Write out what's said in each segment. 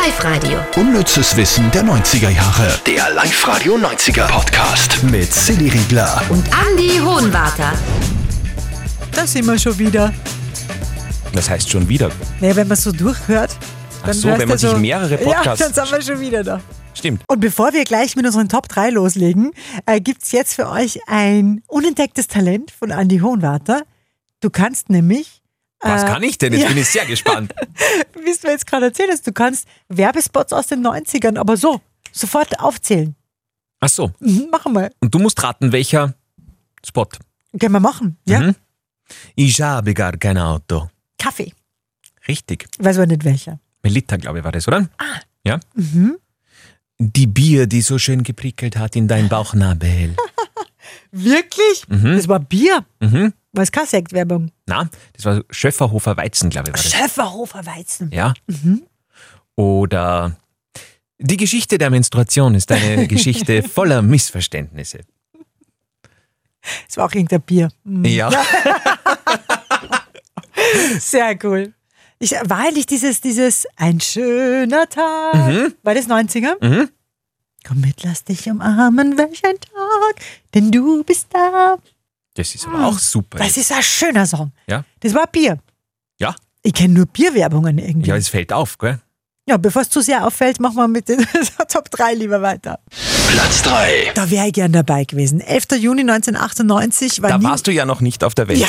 Live-Radio. Unnützes Wissen der 90er Jahre. Der Live-Radio 90er Podcast mit Silly Riegler Und Andi Hohenwarter. Da sind wir schon wieder. Das heißt schon wieder. Naja, wenn man so durchhört, dann Ach so, wenn man sich mehrere Podcasts... Ja, dann sind wir schon wieder da. Stimmt. Und bevor wir gleich mit unseren Top 3 loslegen, gibt's jetzt für euch ein unentdecktes Talent von Andi Hohenwarter. Du kannst nämlich... Was kann ich denn? Jetzt bin ich sehr gespannt. Wie du jetzt gerade erzählt hast, du kannst Werbespots aus den 90ern, aber so, sofort aufzählen. Ach so. Machen wir. Und du musst raten, welcher Spot. Können wir machen, ja? Mhm. Ich habe gar kein Auto. Kaffee. Richtig. Ich weiß aber nicht welcher. Melitta, glaube ich, war das, oder? Ah. Ja? Mhm. Die Bier, die so schön geprickelt hat in dein Bauchnabel. Wirklich? Mhm. Das war Bier. Mhm. War es keine Sektwerbung? Na, das war Schöfferhofer Weizen, glaube ich, war das. Schöfferhofer Weizen. Ja. Mhm. Oder die Geschichte der Menstruation ist eine Geschichte voller Missverständnisse. Es war auch irgendein Bier. Ja. Sehr cool. War eigentlich dieses ein schöner Tag. War das 90er? Mhm. Komm mit, lass dich umarmen, welch ein Tag, denn du bist da. Das ist aber auch super. Das ist ein schöner Song. Ja. Das war Bier. Ja. Ich kenne nur Bierwerbungen irgendwie. Ja, es fällt auf, gell? Ja, bevor es zu sehr auffällt, machen wir mit den Top 3 lieber weiter. Platz 3. Da wäre ich gern dabei gewesen. 11. Juni 1998 war Da warst du ja noch nicht auf der Welt. Ja.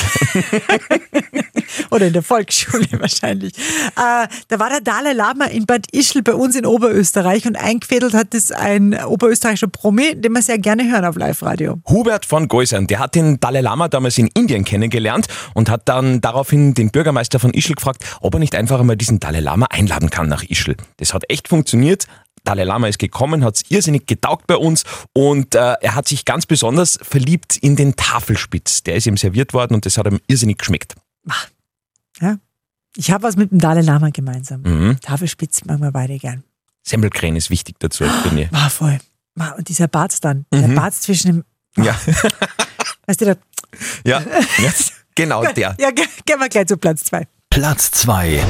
Oder in der Volksschule wahrscheinlich. Da war der Dalai Lama in Bad Ischl bei uns in Oberösterreich und eingefädelt hat das ein oberösterreichischer Promi, den wir sehr gerne hören auf Live-Radio. Hubert von Geusern, der hat den Dalai Lama damals in Indien kennengelernt und hat dann daraufhin den Bürgermeister von Ischl gefragt, ob er nicht einfach einmal diesen Dalai Lama einladen kann nach Ischl. Das hat echt funktioniert. Dalai Lama ist gekommen, hat es irrsinnig getaugt bei uns und er hat sich ganz besonders verliebt in den Tafelspitz. Der ist ihm serviert worden und das hat ihm irrsinnig geschmeckt. Ja. Ich habe was mit dem Dalai Lama gemeinsam. Mhm. Tafelspitz machen wir beide gern. Semmelkrähen ist wichtig dazu, ich bin hier. War voll. Und dieser Bart dann. Der Bart zwischen dem... Ja. Weißt du, da... Ja, genau der. Ja, gehen wir gleich zu Platz 2. Platz 2.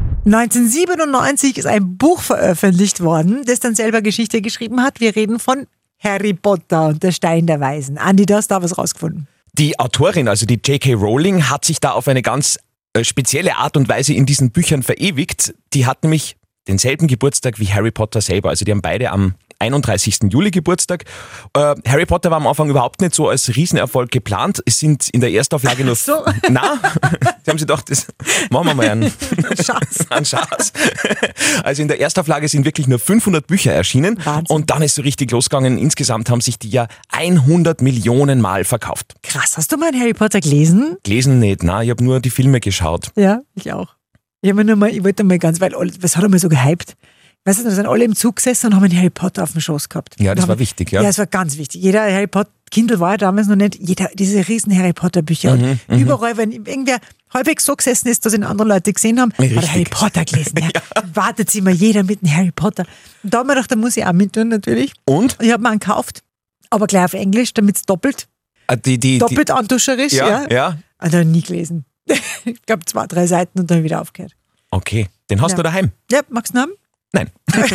1997 ist ein Buch veröffentlicht worden, das dann selber Geschichte geschrieben hat. Wir reden von Harry Potter und der Stein der Weisen. Andi, du hast da was rausgefunden. Die Autorin, also die J.K. Rowling, hat sich da auf eine ganz spezielle Art und Weise in diesen Büchern verewigt. Die hat nämlich denselben Geburtstag wie Harry Potter selber. Also die haben beide am 31. Juli Geburtstag. Harry Potter war am Anfang überhaupt nicht so als Riesenerfolg geplant. Es sind in der Erstauflage nur... So. Na, sie haben sich gedacht, das machen wir mal einen Schatz. einen Schatz. Also in der Erstauflage sind wirklich nur 500 Bücher erschienen. Wahnsinn. Und dann ist so richtig losgegangen. Insgesamt haben sich die ja 100 Millionen Mal verkauft. Krass, hast du mal Harry Potter gelesen? Gelesen nicht, nein, ich habe nur die Filme geschaut. Ja, ich auch. Ich wollte mal ganz, weil was hat er mal so gehypt? Weißt du, da sind alle im Zug gesessen und haben einen Harry Potter auf dem Schoß gehabt. Ja, das war wichtig, ja. Ja, das war ganz wichtig. Jeder Harry Potter, Kindle war ja damals noch nicht, diese riesen Harry Potter Bücher. Und überall, wenn irgendwer halbwegs so gesessen ist, dass ihn andere Leute gesehen haben, hat er Harry Potter gelesen. Ja. Wartezimmer, jeder mit einem Harry Potter. Und da haben wir gedacht, da muss ich auch mit tun, natürlich. Und? Ich habe mir einen gekauft, aber gleich auf Englisch, damit es doppelt antuscherisch. Ja. Und dann nie gelesen. Ich glaube 2, 3 Seiten und dann wieder aufgehört. Okay, den hast du daheim? Ja, magst du ihn haben? Nein.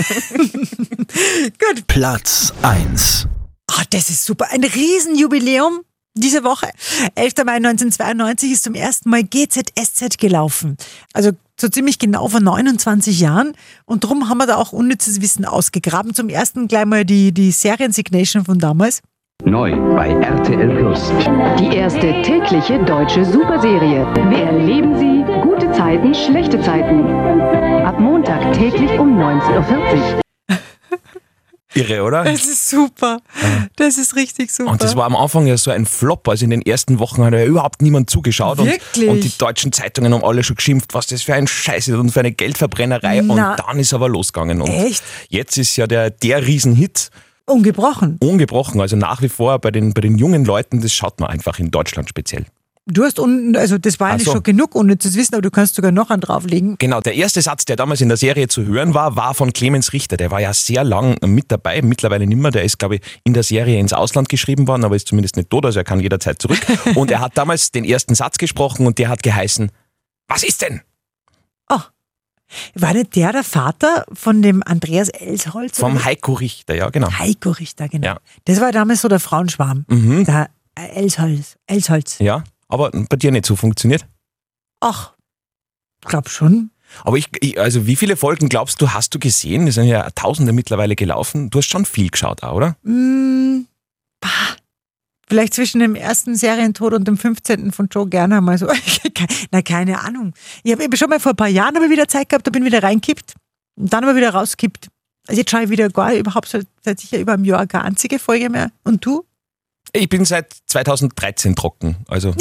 Gut. Platz 1. Das ist super. Ein Riesenjubiläum diese Woche. 11. Mai 1992 ist zum ersten Mal GZSZ gelaufen. Also so ziemlich genau vor 29 Jahren. Und darum haben wir da auch unnützes Wissen ausgegraben. Zum ersten gleich mal die Seriensignation von damals. Neu bei RTL Plus. Die erste tägliche deutsche Superserie. Wir erleben sie. Gute Zeiten, schlechte Zeiten. Ab Montag täglich um 19.40 Uhr. Irre, oder? Das ist super. Das ist richtig super. Und das war am Anfang ja so ein Flop. Also in den ersten Wochen hat ja überhaupt niemand zugeschaut. Wirklich? Und die deutschen Zeitungen haben alle schon geschimpft, was das für ein Scheiß ist und für eine Geldverbrennerei. Und dann ist aber losgegangen. Und echt? Jetzt ist ja der Riesenhit. Ungebrochen. Also nach wie vor bei den jungen Leuten, das schaut man einfach in Deutschland speziell. Du hast das war eigentlich schon genug unnützes Wissen, aber du kannst sogar noch einen drauflegen. Genau, der erste Satz, der damals in der Serie zu hören war von Clemens Richter. Der war ja sehr lang mit dabei, mittlerweile nicht mehr. Der ist, glaube ich, in der Serie ins Ausland geschrieben worden, aber ist zumindest nicht tot, also er kann jederzeit zurück. Und er hat damals den ersten Satz gesprochen und der hat geheißen, was ist denn? Oh, War nicht der Vater von dem Andreas Elsholz? Vom Heiko Richter, ja, genau. Heiko Richter, genau. Ja. Das war damals so der Frauenschwarm. Der Elsholz. Ja, aber bei dir nicht so funktioniert. Ach, glaub schon. Aber also wie viele Folgen glaubst du, hast du gesehen? Es sind ja Tausende mittlerweile gelaufen. Du hast schon viel geschaut auch, oder? Vielleicht zwischen dem ersten Serientod und dem 15. von Joe Gerner mal so. Keine Ahnung. Ich habe schon mal vor ein paar Jahren wieder Zeit gehabt, da bin ich wieder reinkippt und dann aber wieder rauskippt. Also jetzt schaue ich wieder überhaupt seit sicher über einem Jahr keine einzige Folge mehr. Und du? Ich bin seit 2013 trocken. Also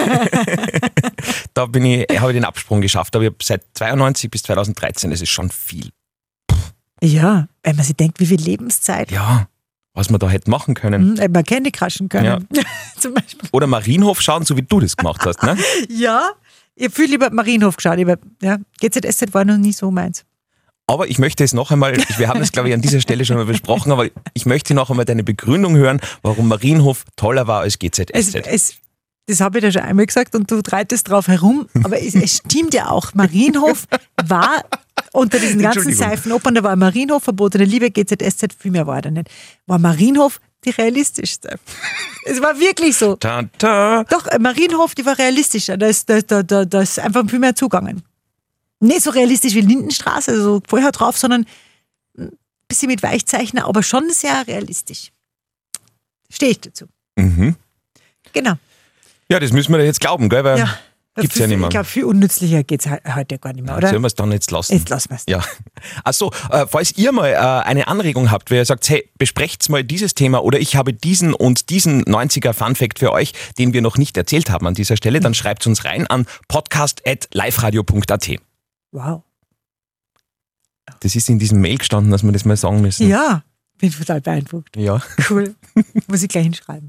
da habe ich den Absprung geschafft. Aber ich habe seit 92 bis 2013, das ist schon viel. Ja, wenn man sich denkt, wie viel Lebenszeit. Ja, was wir da hätten machen können. Hätten wir Candy crushen können. Ja. Zum Beispiel. Oder Marienhof schauen, so wie du das gemacht hast. Ne? Ja, ich habe viel lieber Marienhof geschaut. GZSZ war noch nie so meins. Aber ich möchte es noch einmal, wir haben es glaube ich an dieser Stelle schon mal besprochen, aber ich möchte noch einmal deine Begründung hören, warum Marienhof toller war als GZSZ. Das habe ich dir schon einmal gesagt und du reitest drauf herum, aber es stimmt ja auch. Marienhof war unter diesen ganzen Seifenopern, da war Marienhof, verbotene Liebe, GZSZ, viel mehr war da nicht. War Marienhof die realistischste. Es war wirklich so. Ta, ta. Doch, Marienhof, die war realistischer, da ist einfach viel mehr zugangen. Nicht so realistisch wie Lindenstraße, also vorher drauf, sondern ein bisschen mit Weichzeichner, aber schon sehr realistisch. Stehe ich dazu. Mhm. Genau. Ja, das müssen wir jetzt glauben, gell? Weil gibt's ja nicht mehr. Ich glaube, viel unnützlicher geht es heute gar nicht mehr, oder? Sollen wir es dann jetzt lassen? Jetzt lassen wir es. Ja. Achso, falls ihr mal eine Anregung habt, wer sagt, hey, besprecht's mal dieses Thema oder ich habe diesen und diesen 90er Funfact für euch, den wir noch nicht erzählt haben an dieser Stelle, dann schreibt uns rein an podcast@liveradio.at. Wow. Das ist in diesem Mail gestanden, dass wir das mal sagen müssen. Ja, bin total beeindruckt. Ja. Cool. Muss ich gleich hinschreiben.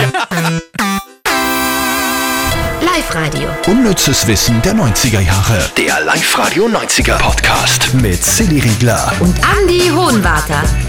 Live-Radio. Unnützes Wissen der 90er Jahre. Der Live-Radio 90er Podcast mit Silly Riegler Und Andi Hohenwarter.